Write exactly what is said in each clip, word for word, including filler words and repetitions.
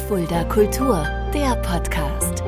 Fulda Kultur, der Podcast.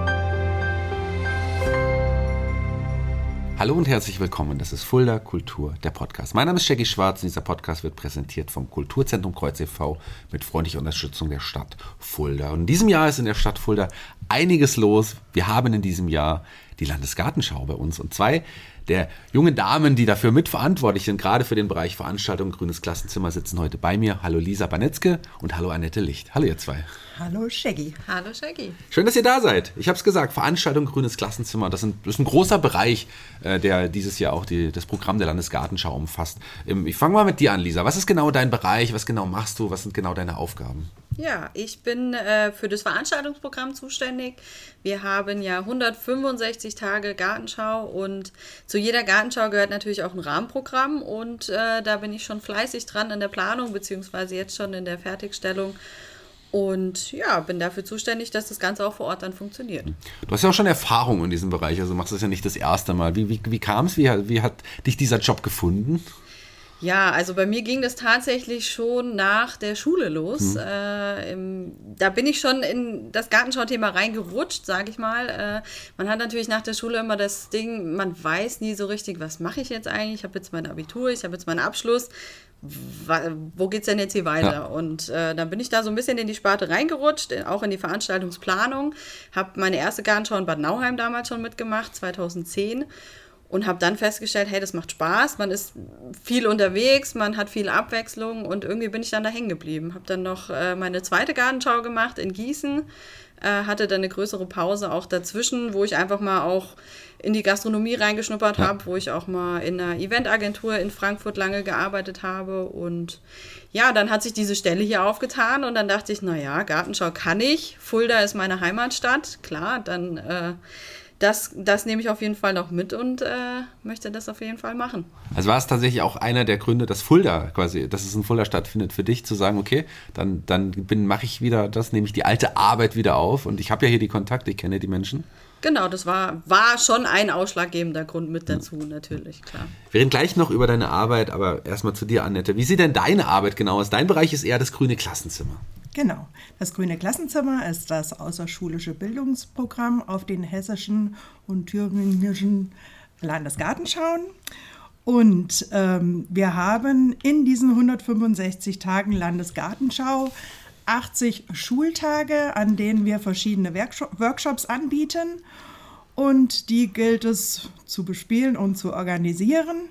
Hallo und herzlich willkommen, das ist Fulda Kultur, der Podcast. Mein Name ist Shaggy Schwarz und dieser Podcast wird präsentiert vom Kulturzentrum Kreuz e V mit freundlicher Unterstützung der Stadt Fulda. Und in diesem Jahr ist in der Stadt Fulda einiges los. Wir haben in diesem Jahr die Landesgartenschau bei uns und zwei der jungen Damen, die dafür mitverantwortlich sind, gerade für den Bereich Veranstaltung Grünes Klassenzimmer, sitzen heute bei mir. Hallo Lisa Banetzke und hallo Annette Licht. Hallo ihr zwei. Hallo Shaggy. Hallo Shaggy. Schön, dass ihr da seid. Ich habe es gesagt, Veranstaltung Grünes Klassenzimmer, das ist ein, das ist ein großer Bereich, äh, der dieses Jahr auch die, das Programm der Landesgartenschau umfasst. Ähm, ich fange mal mit dir an, Lisa. Was ist genau dein Bereich? Was genau machst du? Was sind genau deine Aufgaben? Ja, ich bin äh, für das Veranstaltungsprogramm zuständig. Wir haben ja hundertfünfundsechzig Tage Gartenschau und zu jeder Gartenschau gehört natürlich auch ein Rahmenprogramm und äh, da bin ich schon fleißig dran in der Planung beziehungsweise jetzt schon in der Fertigstellung und ja, bin dafür zuständig, dass das Ganze auch vor Ort dann funktioniert. Du hast ja auch schon Erfahrung in diesem Bereich, also machst das ja nicht das erste Mal. Wie, wie, wie kam es? Wie, wie hat dich dieser Job gefunden? Ja, also bei mir ging das tatsächlich schon nach der Schule los. Hm. Äh, im, da bin ich schon in das Gartenschau-Thema reingerutscht, sage ich mal. Äh, man hat natürlich nach der Schule immer das Ding, man weiß nie so richtig, was mache ich jetzt eigentlich? Ich habe jetzt mein Abitur, ich habe jetzt meinen Abschluss. Wo geht's denn jetzt hier weiter? Ja. Und äh, dann bin ich da so ein bisschen in die Sparte reingerutscht, auch in die Veranstaltungsplanung. Habe meine erste Gartenschau in Bad Nauheim damals schon mitgemacht, zweitausendzehn. Und habe dann festgestellt, hey, das macht Spaß, man ist viel unterwegs, man hat viel Abwechslung und irgendwie bin ich dann da hängen geblieben. Habe dann noch äh, meine zweite Gartenschau gemacht in Gießen, äh, hatte dann eine größere Pause auch dazwischen, wo ich einfach mal auch in die Gastronomie reingeschnuppert ja. habe, wo ich auch mal in einer Eventagentur in Frankfurt lange gearbeitet habe. Und ja, dann hat sich diese Stelle hier aufgetan und dann dachte ich, naja, Gartenschau kann ich, Fulda ist meine Heimatstadt, klar, dann... Äh, Das, das nehme ich auf jeden Fall noch mit und äh, möchte das auf jeden Fall machen. Also war es tatsächlich auch einer der Gründe, dass Fulda quasi, dass es in Fulda stattfindet, für dich zu sagen, okay, dann, dann mache ich wieder das, nehme ich die alte Arbeit wieder auf und ich habe ja hier die Kontakte, ich kenne die Menschen. Genau, das war, war schon ein ausschlaggebender Grund mit dazu, ja. Natürlich, klar. Wir reden gleich noch über deine Arbeit, aber erstmal zu dir, Annette. Wie sieht denn deine Arbeit genau aus? Dein Bereich ist eher das grüne Klassenzimmer. Genau, das Grüne Klassenzimmer ist das außerschulische Bildungsprogramm auf den hessischen und thüringischen Landesgartenschauen. Und ähm, wir haben in diesen hundertfünfundsechzig Tagen Landesgartenschau achtzig Schultage, an denen wir verschiedene Workshop- Workshops anbieten. Und die gilt es zu bespielen und zu organisieren.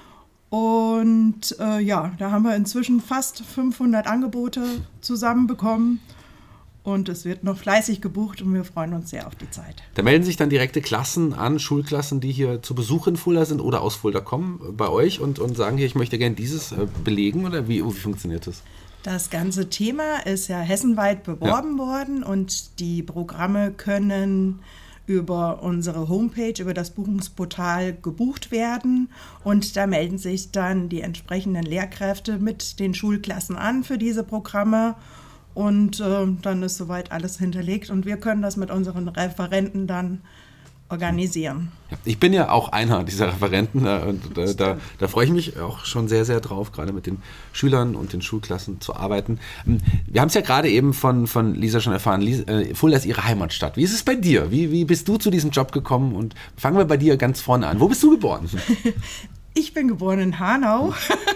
Und äh, ja, da haben wir inzwischen fast fünfhundert Angebote zusammenbekommen und es wird noch fleißig gebucht und wir freuen uns sehr auf die Zeit. Da melden sich dann direkte Klassen an, Schulklassen, die hier zu Besuch in Fulda sind oder aus Fulda kommen bei euch und, und sagen hier, ich möchte gerne dieses äh, belegen oder wie, wie funktioniert das? Das ganze Thema ist ja hessenweit beworben ja. worden und die Programme können über unsere Homepage, über das Buchungsportal gebucht werden und da melden sich dann die entsprechenden Lehrkräfte mit den Schulklassen an für diese Programme und äh, dann ist soweit alles hinterlegt und wir können das mit unseren Referenten dann organisieren. Ich bin ja auch einer dieser Referenten und da, da, da freue ich mich auch schon sehr, sehr drauf, gerade mit den Schülern und den Schulklassen zu arbeiten. Wir haben es ja gerade eben von, von Lisa schon erfahren, Lisa, Fulda ist ihre Heimatstadt. Wie ist es bei dir? Wie, wie bist du zu diesem Job gekommen? Und fangen wir bei dir ganz vorne an. Wo bist du geboren? Ich bin geboren in Hanau,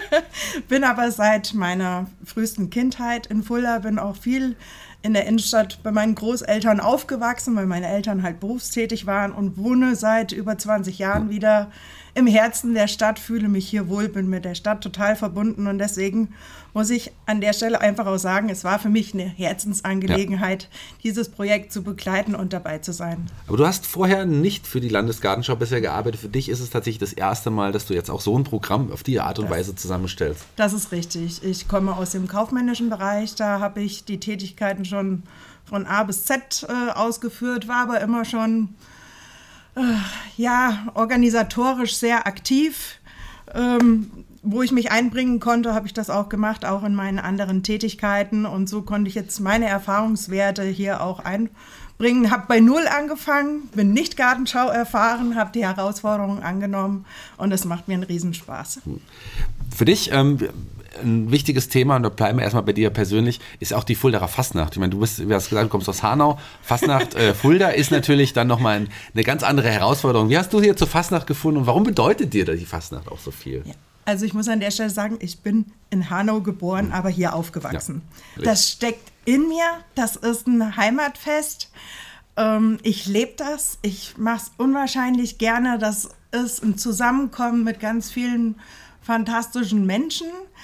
bin aber seit meiner frühesten Kindheit in Fulda, bin auch viel in der Innenstadt bei meinen Großeltern aufgewachsen, weil meine Eltern halt berufstätig waren und wohne seit über zwanzig Jahren wieder im Herzen der Stadt, fühle mich hier wohl, bin mit der Stadt total verbunden und deswegen muss ich an der Stelle einfach auch sagen, es war für mich eine Herzensangelegenheit, ja. dieses Projekt zu begleiten und dabei zu sein. Aber du hast vorher nicht für die Landesgartenschau bisher gearbeitet. Für dich ist es tatsächlich das erste Mal, dass du jetzt auch so ein Programm auf die Art und das, Weise zusammenstellst. Das ist richtig. Ich komme aus dem kaufmännischen Bereich, da habe ich die Tätigkeiten schon von A bis Z äh, ausgeführt, war aber immer schon äh, ja, organisatorisch sehr aktiv. Ähm, wo ich mich einbringen konnte, habe ich das auch gemacht, auch in meinen anderen Tätigkeiten. Und so konnte ich jetzt meine Erfahrungswerte hier auch einbringen. Habe bei Null angefangen, bin nicht Gartenschau erfahren, habe die Herausforderung angenommen und es macht mir einen Riesenspaß. Für dich, ähm, ein wichtiges Thema, und da bleiben wir erstmal bei dir persönlich, ist auch die Fuldaer Fastnacht. Ich meine, du bist, wie hast gesagt, du kommst aus Hanau. Fastnacht, äh, Fulda ist natürlich dann nochmal ein, eine ganz andere Herausforderung. Wie hast du hier zur Fastnacht gefunden und warum bedeutet dir die Fastnacht auch so viel? Ja. Also ich muss an der Stelle sagen, ich bin in Hanau geboren, mhm. aber hier aufgewachsen. Ja, das steckt in mir, das ist ein Heimatfest. Ähm, ich lebe das, ich mache es unwahrscheinlich gerne. Das ist ein Zusammenkommen mit ganz vielen fantastischen Menschen.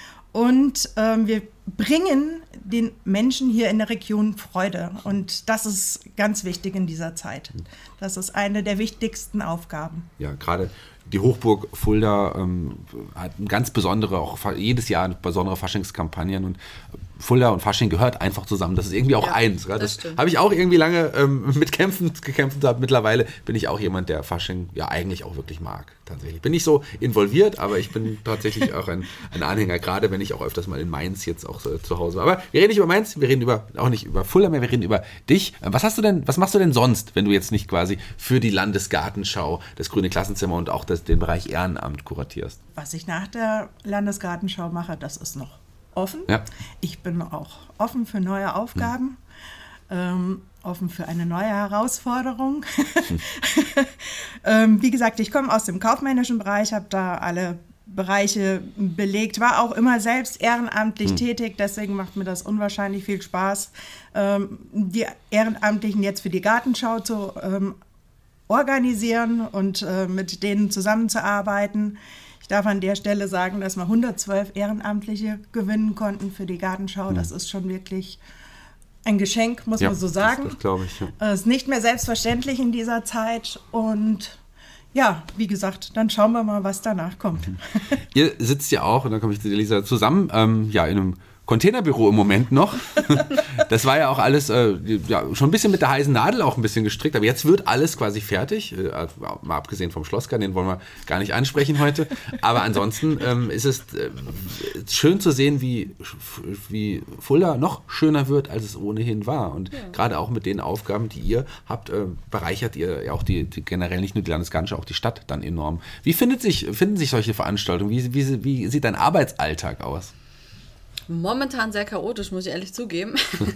Und ähm, wir bringen den Menschen hier in der Region Freude. Und das ist ganz wichtig in dieser Zeit. Das ist eine der wichtigsten Aufgaben. Ja, gerade die Hochburg Fulda ähm, hat eine ganz besondere, auch jedes Jahr besondere Faschingskampagnen. Und Fulda und Fasching gehört einfach zusammen. Das ist irgendwie auch ja, eins. Ja? Das, das habe ich auch irgendwie lange ähm, mit Kämpfen gekämpft. Mittlerweile bin ich auch jemand, der Fasching ja eigentlich auch wirklich mag. Tatsächlich. Bin nicht so involviert, aber ich bin tatsächlich auch ein, ein Anhänger, gerade wenn ich auch öfters mal in Mainz jetzt auch so, zu Hause war. Aber wir reden nicht über Mainz, wir reden über, auch nicht über Fulda mehr, wir reden über dich. Was hast du denn, was machst du denn sonst, wenn du jetzt nicht quasi für die Landesgartenschau, das Grüne Klassenzimmer und auch das, den Bereich Ehrenamt kuratierst? Was ich nach der Landesgartenschau mache, das ist noch offen. Ja. Ich bin auch offen für neue Aufgaben, hm. ähm, offen für eine neue Herausforderung. Hm. ähm, wie gesagt, ich komme aus dem kaufmännischen Bereich, habe da alle Bereiche belegt, war auch immer selbst ehrenamtlich hm. tätig, deswegen macht mir das unwahrscheinlich viel Spaß, ähm, die Ehrenamtlichen jetzt für die Gartenschau zu ähm, organisieren und äh, mit denen zusammenzuarbeiten. Ich darf an der Stelle sagen, dass wir hundertzwölf Ehrenamtliche gewinnen konnten für die Gartenschau. Das ist schon wirklich ein Geschenk, muss ja, man so sagen. Das, das glaube ich. Ja. Es ist nicht mehr selbstverständlich in dieser Zeit. Und ja, wie gesagt, dann schauen wir mal, was danach kommt. Ihr sitzt ja auch, und dann komme ich zu Elisa, zusammen ähm, ja, in einem Containerbüro im Moment noch. Das war ja auch alles äh, ja, schon ein bisschen mit der heißen Nadel auch ein bisschen gestrickt, aber jetzt wird alles quasi fertig, äh, mal abgesehen vom Schlossgarten, den wollen wir gar nicht ansprechen heute, aber ansonsten ähm, ist es äh, schön zu sehen, wie, wie Fulda noch schöner wird, als es ohnehin war, und ja. gerade auch mit den Aufgaben, die ihr habt, äh, bereichert ihr ja auch die, die generell nicht nur die Landesgartenschau, auch die Stadt dann enorm. Wie findet sich, finden sich solche Veranstaltungen? Wie, wie, wie sieht dein Arbeitsalltag aus? Momentan sehr chaotisch, muss ich ehrlich zugeben.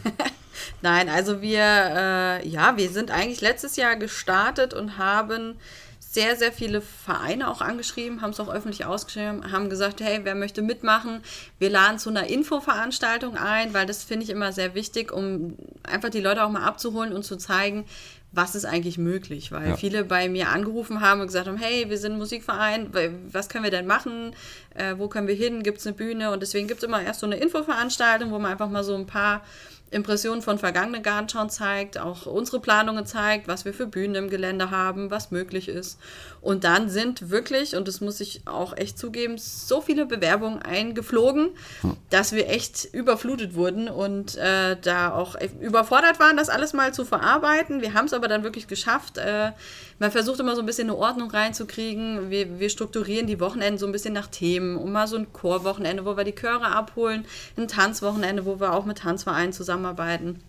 Nein, also wir, äh, ja, wir sind eigentlich letztes Jahr gestartet und haben sehr, sehr viele Vereine auch angeschrieben, haben es auch öffentlich ausgeschrieben, haben gesagt, hey, wer möchte mitmachen? Wir laden zu einer Infoveranstaltung ein, weil das finde ich immer sehr wichtig, um einfach die Leute auch mal abzuholen und zu zeigen, was ist eigentlich möglich, weil ja. viele bei mir angerufen haben und gesagt haben, hey, wir sind ein Musikverein, was können wir denn machen, äh, wo können wir hin, gibt es eine Bühne, und deswegen gibt es immer erst so eine Infoveranstaltung, wo man einfach mal so ein paar Impressionen von vergangenen Gartenschauen zeigt, auch unsere Planungen zeigt, was wir für Bühnen im Gelände haben, was möglich ist. Und dann sind wirklich, und das muss ich auch echt zugeben, so viele Bewerbungen eingeflogen, dass wir echt überflutet wurden und äh, da auch überfordert waren, das alles mal zu verarbeiten. Wir haben es aber dann wirklich geschafft. Äh, man versucht immer so ein bisschen eine Ordnung reinzukriegen. Wir, wir strukturieren die Wochenenden so ein bisschen nach Themen. Und mal so ein Chorwochenende, wo wir die Chöre abholen, ein Tanzwochenende, wo wir auch mit Tanzvereinen zusammenarbeiten.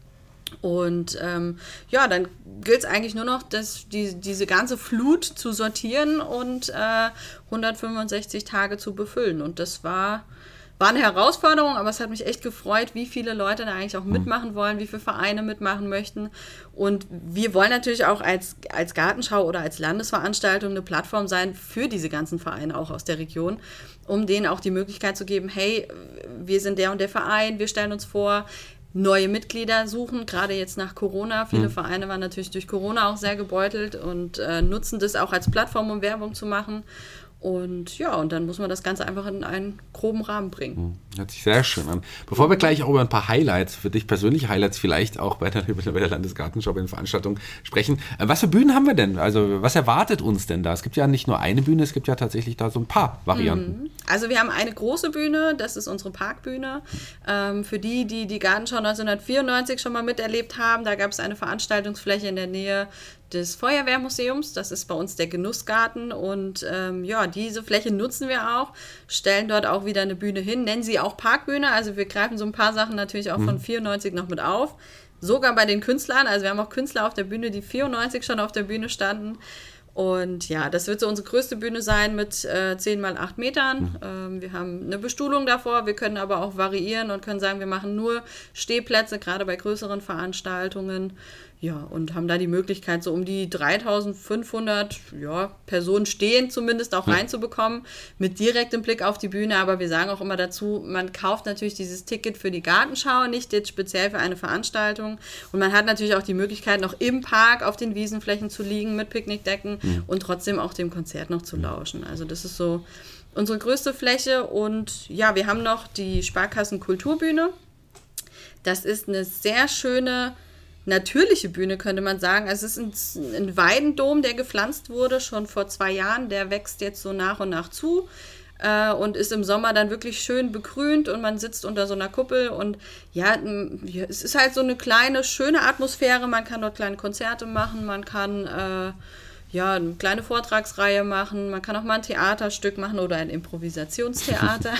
Und ähm, ja, dann gilt es eigentlich nur noch, dass die, diese ganze Flut zu sortieren und äh, hundertfünfundsechzig Tage zu befüllen. Und das war, war eine Herausforderung, aber es hat mich echt gefreut, wie viele Leute da eigentlich auch mitmachen wollen, wie viele Vereine mitmachen möchten. Und wir wollen natürlich auch als, als Gartenschau oder als Landesveranstaltung eine Plattform sein für diese ganzen Vereine auch aus der Region, um denen auch die Möglichkeit zu geben, hey, wir sind der und der Verein, wir stellen uns vor, neue Mitglieder suchen, gerade jetzt nach Corona. Viele mhm. Vereine waren natürlich durch Corona auch sehr gebeutelt und äh, nutzen das auch als Plattform, um Werbung zu machen. Und ja, und dann muss man das Ganze einfach in einen groben Rahmen bringen. Hört sich sehr schön an. Bevor wir gleich auch über ein paar Highlights, für dich persönliche Highlights vielleicht auch bei der, bei der Landesgartenschau, bei den Veranstaltungen sprechen. Was für Bühnen haben wir denn? Also was erwartet uns denn da? Es gibt ja nicht nur eine Bühne, es gibt ja tatsächlich da so ein paar Varianten. Also wir haben eine große Bühne, das ist unsere Parkbühne. Ähm, für die, die die Gartenschau neunzehnhundertvierundneunzig schon mal miterlebt haben, da gab es eine Veranstaltungsfläche in der Nähe des Feuerwehrmuseums, das ist bei uns der Genussgarten, und ähm, ja, diese Fläche nutzen wir auch, stellen dort auch wieder eine Bühne hin, nennen sie auch Parkbühne, also wir greifen so ein paar Sachen natürlich auch mhm. von vierundneunzig noch mit auf, sogar bei den Künstlern, also wir haben auch Künstler auf der Bühne, die vierundneunzig schon auf der Bühne standen, Und ja, das wird so unsere größte Bühne sein mit äh, zehn mal acht Metern. Mhm. Ähm, wir haben eine Bestuhlung davor, wir können aber auch variieren und können sagen, wir machen nur Stehplätze, gerade bei größeren Veranstaltungen. Ja, und haben da die Möglichkeit, so um die dreitausendfünfhundert ja, Personen stehend zumindest auch reinzubekommen, mit direktem Blick auf die Bühne. Aber wir sagen auch immer dazu, man kauft natürlich dieses Ticket für die Gartenschau, nicht jetzt speziell für eine Veranstaltung. Und man hat natürlich auch die Möglichkeit, noch im Park auf den Wiesenflächen zu liegen mit Picknickdecken mhm. und trotzdem auch dem Konzert noch zu lauschen. Also das ist so unsere größte Fläche. Und ja, wir haben noch die Sparkassen Kulturbühne. Das ist eine sehr schöne natürliche Bühne, könnte man sagen. Also es ist ein, ein Weidendom, der gepflanzt wurde, schon vor zwei Jahren. Der wächst jetzt so nach und nach zu äh, und ist im Sommer dann wirklich schön begrünt und man sitzt unter so einer Kuppel und ja, es ist halt so eine kleine, schöne Atmosphäre. Man kann dort kleine Konzerte machen, man kann äh, ja, eine kleine Vortragsreihe machen, man kann auch mal ein Theaterstück machen oder ein Improvisationstheater.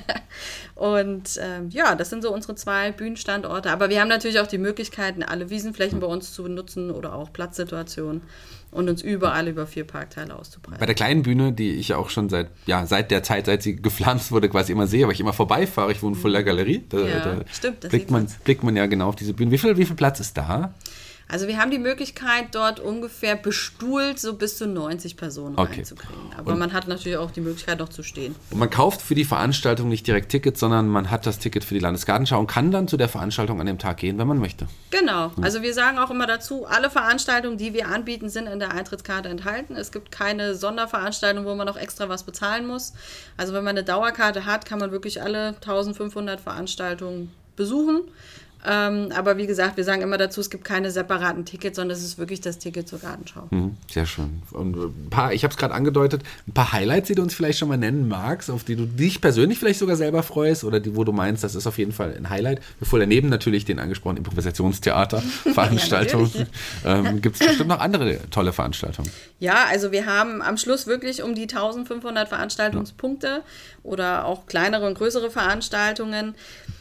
Und ähm, ja, das sind so unsere zwei Bühnenstandorte. Aber wir haben natürlich auch die Möglichkeiten, alle Wiesenflächen bei uns zu benutzen oder auch Platzsituationen und uns überall über vier Parkteile auszubreiten. Bei der kleinen Bühne, die ich ja auch schon seit, ja, seit der Zeit, seit sie gepflanzt wurde, quasi immer sehe, weil ich immer vorbeifahre, ich wohne in Fulda Galerie, da, ja, da stimmt, das blickt, man, blickt man ja genau auf diese Bühne. Wie viel, wie viel Platz ist da? Also wir haben die Möglichkeit, dort ungefähr bestuhlt so bis zu neunzig Personen okay. reinzukriegen. Aber und man hat natürlich auch die Möglichkeit, noch zu stehen. Und man kauft für die Veranstaltung nicht direkt Tickets, sondern man hat das Ticket für die Landesgartenschau und kann dann zu der Veranstaltung an dem Tag gehen, wenn man möchte. Genau. Also wir sagen auch immer dazu, alle Veranstaltungen, die wir anbieten, sind in der Eintrittskarte enthalten. Es gibt keine Sonderveranstaltung, wo man noch extra was bezahlen muss. Also wenn man eine Dauerkarte hat, kann man wirklich alle eintausendfünfhundert Veranstaltungen besuchen. Ähm, aber wie gesagt, wir sagen immer dazu, es gibt keine separaten Tickets, sondern es ist wirklich das Ticket zur Gartenschau. Mhm, sehr schön. Und ein paar, ich habe es gerade angedeutet, ein paar Highlights, die du uns vielleicht schon mal nennen magst, auf die du dich persönlich vielleicht sogar selber freust oder die, wo du meinst, das ist auf jeden Fall ein Highlight. Bevor daneben natürlich den angesprochenen Improvisationstheater-Veranstaltungen. Ja, ähm, gibt es bestimmt noch andere tolle Veranstaltungen? Ja, also wir haben am Schluss wirklich um die eintausendfünfhundert Veranstaltungspunkte ja. oder auch kleinere und größere Veranstaltungen.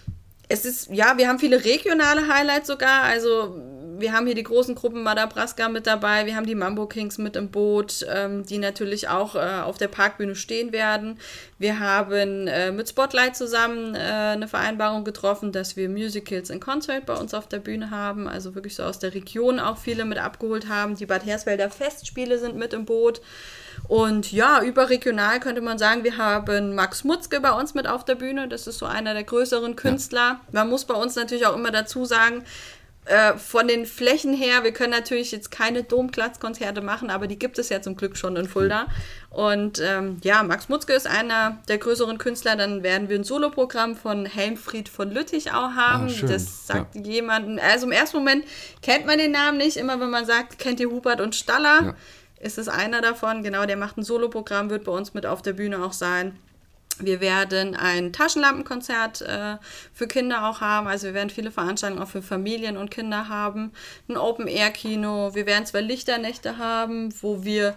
Es ist, ja, wir haben viele regionale Highlights sogar, also wir haben hier die großen Gruppen Madabraska mit dabei, wir haben die Mambo Kings mit im Boot, ähm, die natürlich auch äh, auf der Parkbühne stehen werden. Wir haben äh, mit Spotlight zusammen äh, eine Vereinbarung getroffen, dass wir Musicals in Concert bei uns auf der Bühne haben, also wirklich so aus der Region auch viele mit abgeholt haben. Die Bad Hersfelder Festspiele sind mit im Boot. Und ja, überregional könnte man sagen, wir haben Max Mutzke bei uns mit auf der Bühne. Das ist so einer der größeren Künstler. Ja. Man muss bei uns natürlich auch immer dazu sagen, äh, von den Flächen her, wir können natürlich jetzt keine Domplatzkonzerte machen, aber die gibt es ja zum Glück schon in Fulda. Und ähm, ja, Max Mutzke ist einer der größeren Künstler. Dann werden wir ein Soloprogramm von Helmfried von Lüttich auch haben. Ah, das sagt ja. jemanden, also im ersten Moment kennt man den Namen nicht. Immer wenn man sagt, kennt ihr Hubert und Staller? Ja. Ist es einer davon, genau, der macht ein Soloprogramm, wird bei uns mit auf der Bühne auch sein. Wir werden ein Taschenlampenkonzert äh, für Kinder auch haben, also wir werden viele Veranstaltungen auch für Familien und Kinder haben, ein Open-Air-Kino, wir werden zwei Lichternächte haben, wo wir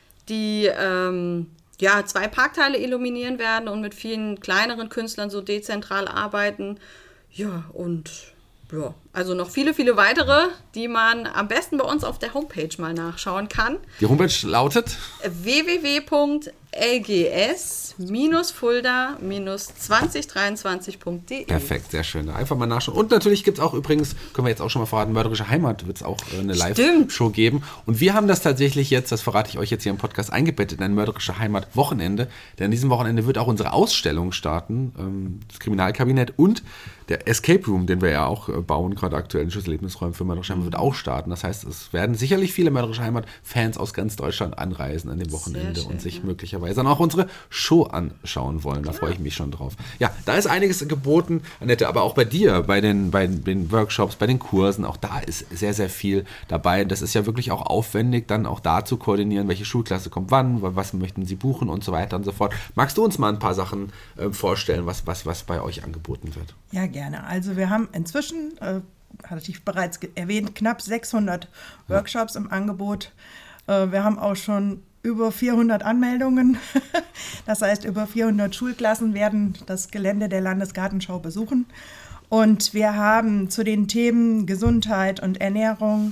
die ähm, ja, zwei Parkteile illuminieren werden und mit vielen kleineren Künstlern so dezentral arbeiten. Ja, und ja, also noch viele, viele weitere, die man am besten bei uns auf der Homepage mal nachschauen kann. Die Homepage lautet w w w punkt l g s fulda zwanzig dreiundzwanzig punkt d e. Perfekt, sehr schön. Einfach mal nachschauen. Und natürlich gibt es auch übrigens, können wir jetzt auch schon mal verraten, Mörderische Heimat wird es auch eine Live-Show geben. Und wir haben das tatsächlich jetzt, das verrate ich euch jetzt hier im Podcast, eingebettet in ein Mörderische Heimat-Wochenende. Denn an diesem Wochenende wird auch unsere Ausstellung starten, das Kriminalkabinett und der Escape Room, den wir ja auch bauen, gerade aktuell in Schlüsselerlebnisräumen für Mörderische Heimat, wird auch starten. Das heißt, es werden sicherlich viele Mörderische Heimat-Fans aus ganz Deutschland anreisen an dem Wochenende schön, und sich ja. möglicherweise dann auch unsere Show anschauen wollen. Da ja. freue ich mich schon drauf. Ja, da ist einiges geboten, Annette, aber auch bei dir, bei den, bei den Workshops, bei den Kursen, auch da ist sehr, sehr viel dabei. Das ist ja wirklich auch aufwendig, dann auch da zu koordinieren, welche Schulklasse kommt wann, was möchten sie buchen und so weiter und so fort. Magst du uns mal ein paar Sachen äh, vorstellen, was, was, was bei euch angeboten wird? Ja, gerne. Also wir haben inzwischen, äh, hatte ich bereits erwähnt, knapp sechshundert Workshops ja. im Angebot. Äh, wir haben auch schon über vierhundert Anmeldungen. Das heißt, über vierhundert Schulklassen werden das Gelände der Landesgartenschau besuchen. Und wir haben zu den Themen Gesundheit und Ernährung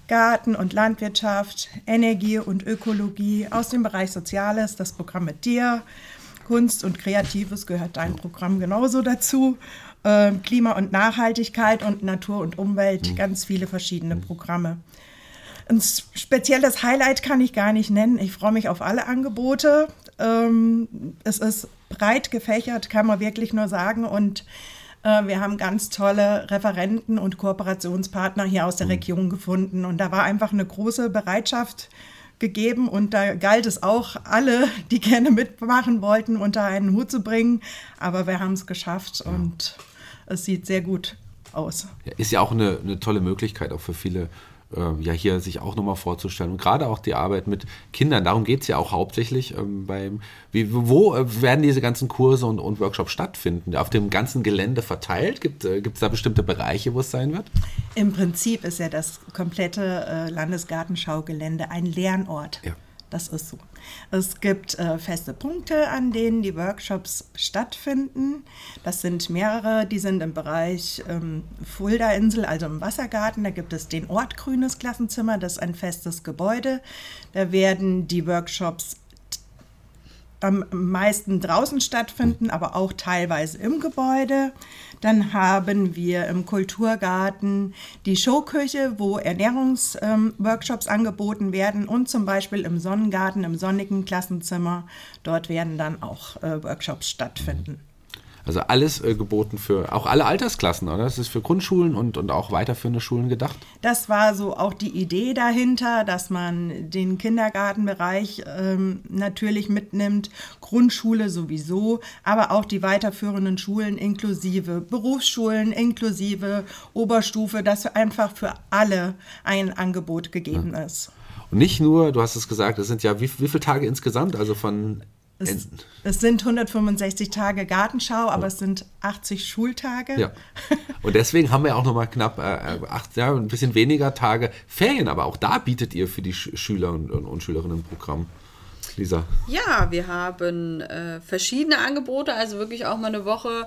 Garten und Landwirtschaft, Energie und Ökologie, aus dem Bereich Soziales, das Programm mit dir, Kunst und Kreatives gehört dein Programm genauso dazu, äh, Klima und Nachhaltigkeit und Natur und Umwelt, ganz viele verschiedene Programme. Ein spezielles Highlight kann ich gar nicht nennen. Ich freue mich auf alle Angebote. Ähm, es ist breit gefächert, kann man wirklich nur sagen. Und äh, wir haben ganz tolle Referenten und Kooperationspartner hier aus der mhm. Region gefunden. Und da war einfach eine große Bereitschaft gegeben. Und da galt es auch, alle, die gerne mitmachen wollten, unter einen Hut zu bringen. Aber wir haben es geschafft ja. und es sieht sehr gut aus. Ja, ist ja auch eine, eine tolle Möglichkeit auch für viele, ja, hier sich auch nochmal vorzustellen. Und gerade auch die Arbeit mit Kindern, darum geht es ja auch hauptsächlich. Ähm, beim, wie, wo äh, werden diese ganzen Kurse und, und Workshops stattfinden? Auf dem ganzen Gelände verteilt? Gibt es äh, da bestimmte Bereiche, wo es sein wird? Im Prinzip ist ja das komplette äh, Landesgartenschaugelände ein Lernort. Ja. Das ist so. Es gibt äh, feste Punkte, an denen die Workshops stattfinden. Das sind mehrere, die sind im Bereich ähm, Fulda-Insel, also im Wassergarten. Da gibt es den Ort Grünes Klassenzimmer, das ist ein festes Gebäude. Da werden die Workshops am meisten draußen stattfinden, aber auch teilweise im Gebäude. Dann haben wir im Kulturgarten die Showküche, wo Ernährungsworkshops ähm, angeboten werden und zum Beispiel im Sonnengarten, im sonnigen Klassenzimmer. Dort werden dann auch äh, Workshops stattfinden. Also alles äh, geboten für auch alle Altersklassen, oder? Das ist für Grundschulen und, und auch weiterführende Schulen gedacht? Das war so auch die Idee dahinter, dass man den Kindergartenbereich ähm, natürlich mitnimmt, Grundschule sowieso, aber auch die weiterführenden Schulen inklusive Berufsschulen, inklusive Oberstufe, dass einfach für alle ein Angebot gegeben ja. ist. Und nicht nur, du hast es gesagt, es sind ja wie, wie viele Tage insgesamt, also von... Es, es sind hundertfünfundsechzig Tage Gartenschau, aber ja. es sind achtzig Schultage. Ja. Und deswegen haben wir auch noch mal knapp äh, acht, ja, ein bisschen weniger Tage Ferien. Aber auch da bietet ihr für die Sch- Schüler und, und Schülerinnen ein Programm. Lisa? Ja, wir haben äh, verschiedene Angebote, also wirklich auch mal eine Woche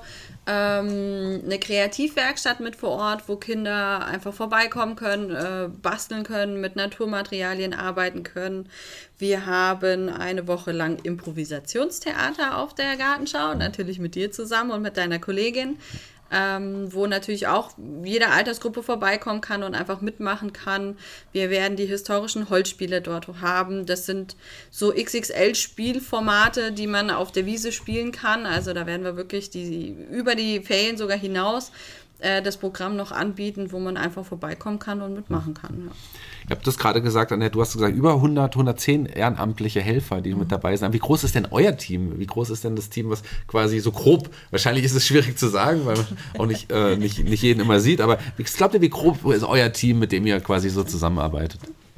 ähm, eine Kreativwerkstatt mit vor Ort, wo Kinder einfach vorbeikommen können, äh, basteln können, mit Naturmaterialien arbeiten können. Wir haben eine Woche lang Improvisationstheater auf der Gartenschau, natürlich mit dir zusammen und mit deiner Kollegin. Ähm, wo natürlich auch jede Altersgruppe vorbeikommen kann und einfach mitmachen kann. Wir werden die historischen Holzspiele dort haben. Das sind so X X L-Spielformate, die man auf der Wiese spielen kann. Also da werden wir wirklich die, über die Ferien sogar hinaus äh, das Programm noch anbieten, wo man einfach vorbeikommen kann und mitmachen kann. Ja. Ihr habt das gerade gesagt, Annette, du hast gesagt, über hundert, hundertzehn ehrenamtliche Helfer, die mhm. mit dabei sind. Wie groß ist denn euer Team? Wie groß ist denn das Team, was quasi so grob, wahrscheinlich ist es schwierig zu sagen, weil man auch nicht, äh, nicht, nicht jeden immer sieht, aber was glaubt ihr, wie grob ist euer Team, mit dem ihr quasi so zusammenarbeitet?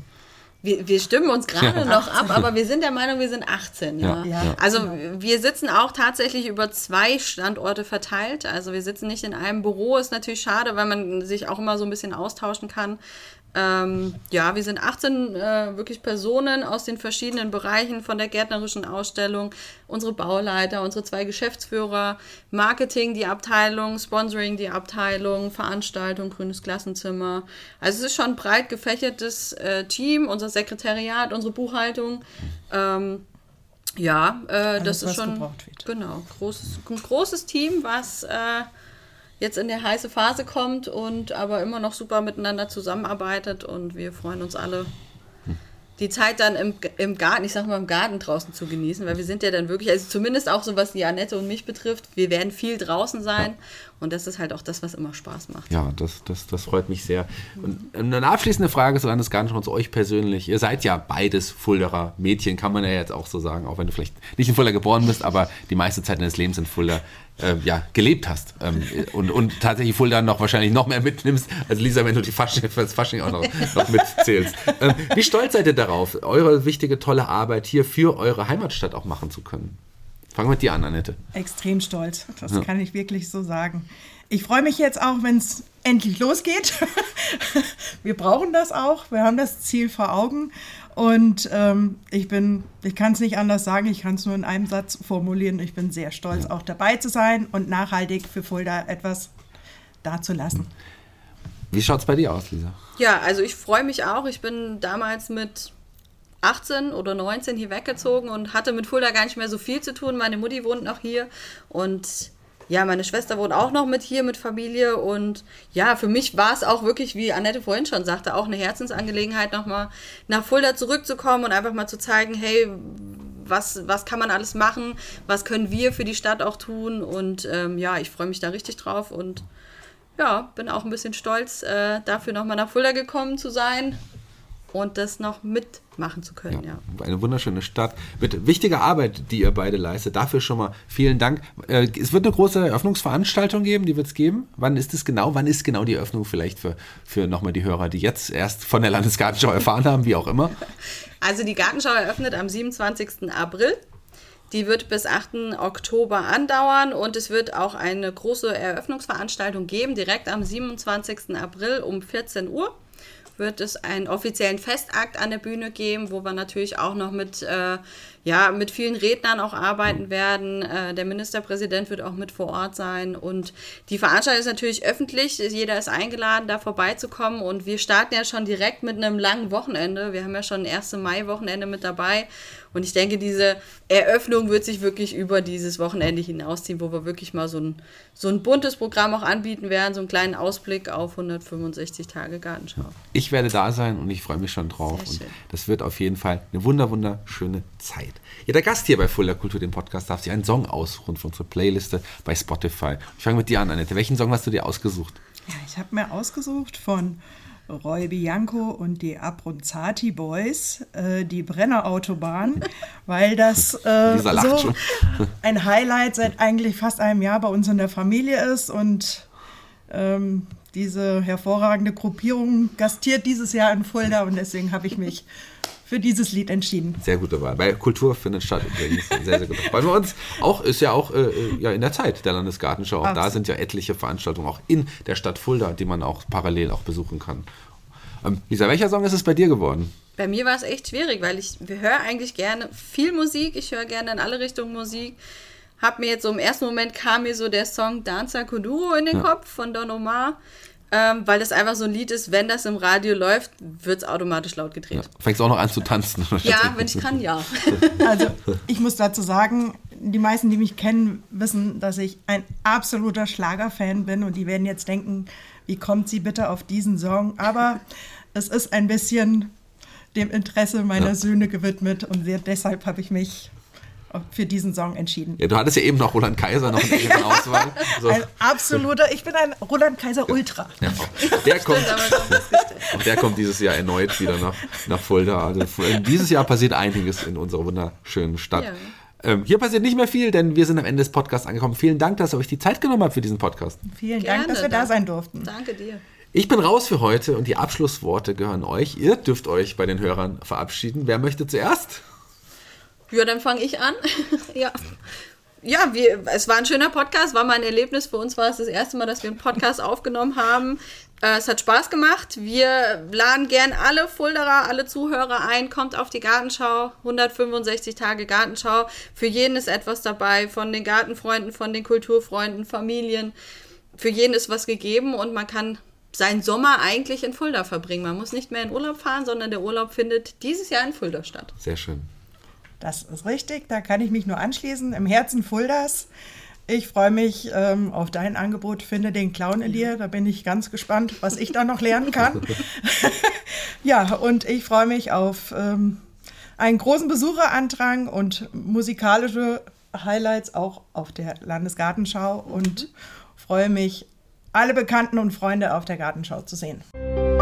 Wir, wir stimmen uns gerade ja. noch ab, aber wir sind der Meinung, wir sind achtzehn. Ja. Ja. Ja. Also wir sitzen auch tatsächlich über zwei Standorte verteilt. Also wir sitzen nicht in einem Büro, ist natürlich schade, weil man sich auch immer so ein bisschen austauschen kann. Ähm, ja, wir sind achtzehn äh, wirklich Personen aus den verschiedenen Bereichen von der gärtnerischen Ausstellung, unsere Bauleiter, unsere zwei Geschäftsführer, Marketing, die Abteilung, Sponsoring, die Abteilung, Veranstaltung, Grünes Klassenzimmer. Also es ist schon ein breit gefächertes äh, Team, unser Sekretariat, unsere Buchhaltung. Ähm, ja, äh, Alles, das ist schon genau großes, ein großes Team, was äh, jetzt in der heiße Phase kommt und aber immer noch super miteinander zusammenarbeitet und wir freuen uns alle, die Zeit dann im, im Garten, ich sag mal im Garten draußen zu genießen, weil wir sind ja dann wirklich, also zumindest auch so was die Annette und mich betrifft, wir werden viel draußen sein ja. und das ist halt auch das, was immer Spaß macht. Ja, das, das, das freut mich sehr. Und eine abschließende Frage zu Landesgartenschau zu euch persönlich. Ihr seid ja beides Fuldaer Mädchen, kann man ja jetzt auch so sagen, auch wenn du vielleicht nicht in Fulda geboren bist, aber die meiste Zeit deines Lebens in Fulda äh, ja, gelebt hast ähm, und, und tatsächlich Fulda noch wahrscheinlich noch mehr mitnimmst, als Lisa, wenn du die Fasching, das Fasching auch noch, noch mitzählst. Ähm, wie stolz seid ihr darauf, eure wichtige, tolle Arbeit hier für eure Heimatstadt auch machen zu können? Fangen wir mit dir an, Annette. Extrem stolz, das ja. kann ich wirklich so sagen. Ich freue mich jetzt auch, wenn es endlich losgeht. Wir brauchen das auch, wir haben das Ziel vor Augen. Und ähm, ich bin, ich kann es nicht anders sagen, ich kann es nur in einem Satz formulieren. Ich bin sehr stolz, auch dabei zu sein und nachhaltig für Fulda etwas dazulassen. Wie schaut es bei dir aus, Lisa? Ja, also ich freue mich auch. Ich bin damals mit achtzehn oder neunzehn hier weggezogen und hatte mit Fulda gar nicht mehr so viel zu tun. Meine Mutti wohnt noch hier und ja, meine Schwester wohnt auch noch mit hier, mit Familie. Und ja, für mich war es auch wirklich, wie Annette vorhin schon sagte, auch eine Herzensangelegenheit, nochmal nach Fulda zurückzukommen und einfach mal zu zeigen, hey, was, was kann man alles machen, was können wir für die Stadt auch tun. Und ähm, ja, ich freue mich da richtig drauf und ja, bin auch ein bisschen stolz, äh, dafür nochmal nach Fulda gekommen zu sein. Und das noch mitmachen zu können, ja. ja. Eine wunderschöne Stadt mit wichtiger Arbeit, die ihr beide leistet. Dafür schon mal vielen Dank. Äh, es wird eine große Eröffnungsveranstaltung geben, die wird es geben. Wann ist es genau? Wann ist genau die Eröffnung vielleicht für, für nochmal die Hörer, die jetzt erst von der Landesgartenschau erfahren haben, wie auch immer? Also die Gartenschau eröffnet am siebenundzwanzigsten April. Die wird bis achten Oktober andauern und es wird auch eine große Eröffnungsveranstaltung geben, direkt am siebenundzwanzigsten April um vierzehn Uhr. Wird es einen offiziellen Festakt an der Bühne geben, wo wir natürlich auch noch mit, äh, ja, mit vielen Rednern auch arbeiten werden. Äh, der Ministerpräsident wird auch mit vor Ort sein und die Veranstaltung ist natürlich öffentlich. Jeder ist eingeladen, da vorbeizukommen und wir starten ja schon direkt mit einem langen Wochenende. Wir haben ja schon ein erstes Mai-Wochenende mit dabei und ich denke, diese Eröffnung wird sich wirklich über dieses Wochenende hinausziehen, wo wir wirklich mal so ein, so ein buntes Programm auch anbieten werden, so einen kleinen Ausblick auf hundertfünfundsechzig Tage Gartenschau. Ich werde da sein und ich freue mich schon drauf. Und das wird auf jeden Fall eine wunder, wunderschöne Zeit. Ja, der Gast hier bei Fulda Kultur, dem Podcast, darf sich einen Song aussuchen für unsere Playliste bei Spotify. Ich fange mit dir an, Annette. Welchen Song hast du dir ausgesucht? Ja, ich habe mir ausgesucht von Roy Bianco und die Abronzati Boys, äh, die Brennerautobahn, weil das äh, so ein Highlight seit eigentlich fast einem Jahr bei uns in der Familie ist und ähm, diese hervorragende Gruppierung gastiert dieses Jahr in Fulda und deswegen habe ich mich für dieses Lied entschieden. Sehr gute Wahl. Bei Kultur findet statt übrigens. Sehr, sehr gut. Weil wir uns auch, ist ja auch äh, ja, in der Zeit der Landesgartenschau. Auch da sind ja etliche Veranstaltungen auch in der Stadt Fulda, die man auch parallel auch besuchen kann. Ähm, Lisa, welcher Song ist es bei dir geworden? Bei mir war es echt schwierig, weil ich höre eigentlich gerne viel Musik. Ich höre gerne in alle Richtungen Musik. Hab mir jetzt so im ersten Moment kam mir so der Song Danza Kuduro in den ja. Kopf von Don Omar. Ähm, weil das einfach so ein Lied ist, wenn das im Radio läuft, wird es automatisch laut gedreht. Ja. Fängst du auch noch an zu tanzen? Ja, wenn ich kann, ja. Also ich muss dazu sagen, die meisten, die mich kennen, wissen, dass ich ein absoluter Schlagerfan bin und die werden jetzt denken, wie kommt sie bitte auf diesen Song? Aber es ist ein bisschen dem Interesse meiner ja. Söhne gewidmet und deshalb habe ich mich für diesen Song entschieden. Ja, du hattest ja eben noch Roland Kaiser noch in der Auswahl. So. Ein absoluter, ich bin ein Roland Kaiser Ultra. Ja, der, kommt, der kommt dieses Jahr erneut wieder nach, nach Fulda. Also dieses Jahr passiert einiges in unserer wunderschönen Stadt. Ja. Ähm, hier passiert nicht mehr viel, denn wir sind am Ende des Podcasts angekommen. Vielen Dank, dass ihr euch die Zeit genommen habt für diesen Podcast. Vielen Gerne, Dank, dass wir da sein durften. Danke dir. Ich bin raus für heute und die Abschlussworte gehören euch. Ihr dürft euch bei den Hörern verabschieden. Wer möchte zuerst? Ja, dann fange ich an. ja, ja wir, es war ein schöner Podcast, war mal ein Erlebnis. Für uns war es das erste Mal, dass wir einen Podcast aufgenommen haben. Äh, es hat Spaß gemacht. Wir laden gern alle Fulderer, alle Zuhörer ein. Kommt auf die Gartenschau, hundertfünfundsechzig Tage Gartenschau. Für jeden ist etwas dabei, von den Gartenfreunden, von den Kulturfreunden, Familien. Für jeden ist was gegeben und man kann seinen Sommer eigentlich in Fulda verbringen. Man muss nicht mehr in Urlaub fahren, sondern der Urlaub findet dieses Jahr in Fulda statt. Sehr schön. Das ist richtig, da kann ich mich nur anschließen. Im Herzen Fuldas. Ich freue mich ähm, auf dein Angebot, finde den Clown in dir. Da bin ich ganz gespannt, was ich da noch lernen kann. Ja, und ich freue mich auf ähm, einen großen Besucherandrang und musikalische Highlights auch auf der Landesgartenschau und freue mich, alle Bekannten und Freunde auf der Gartenschau zu sehen.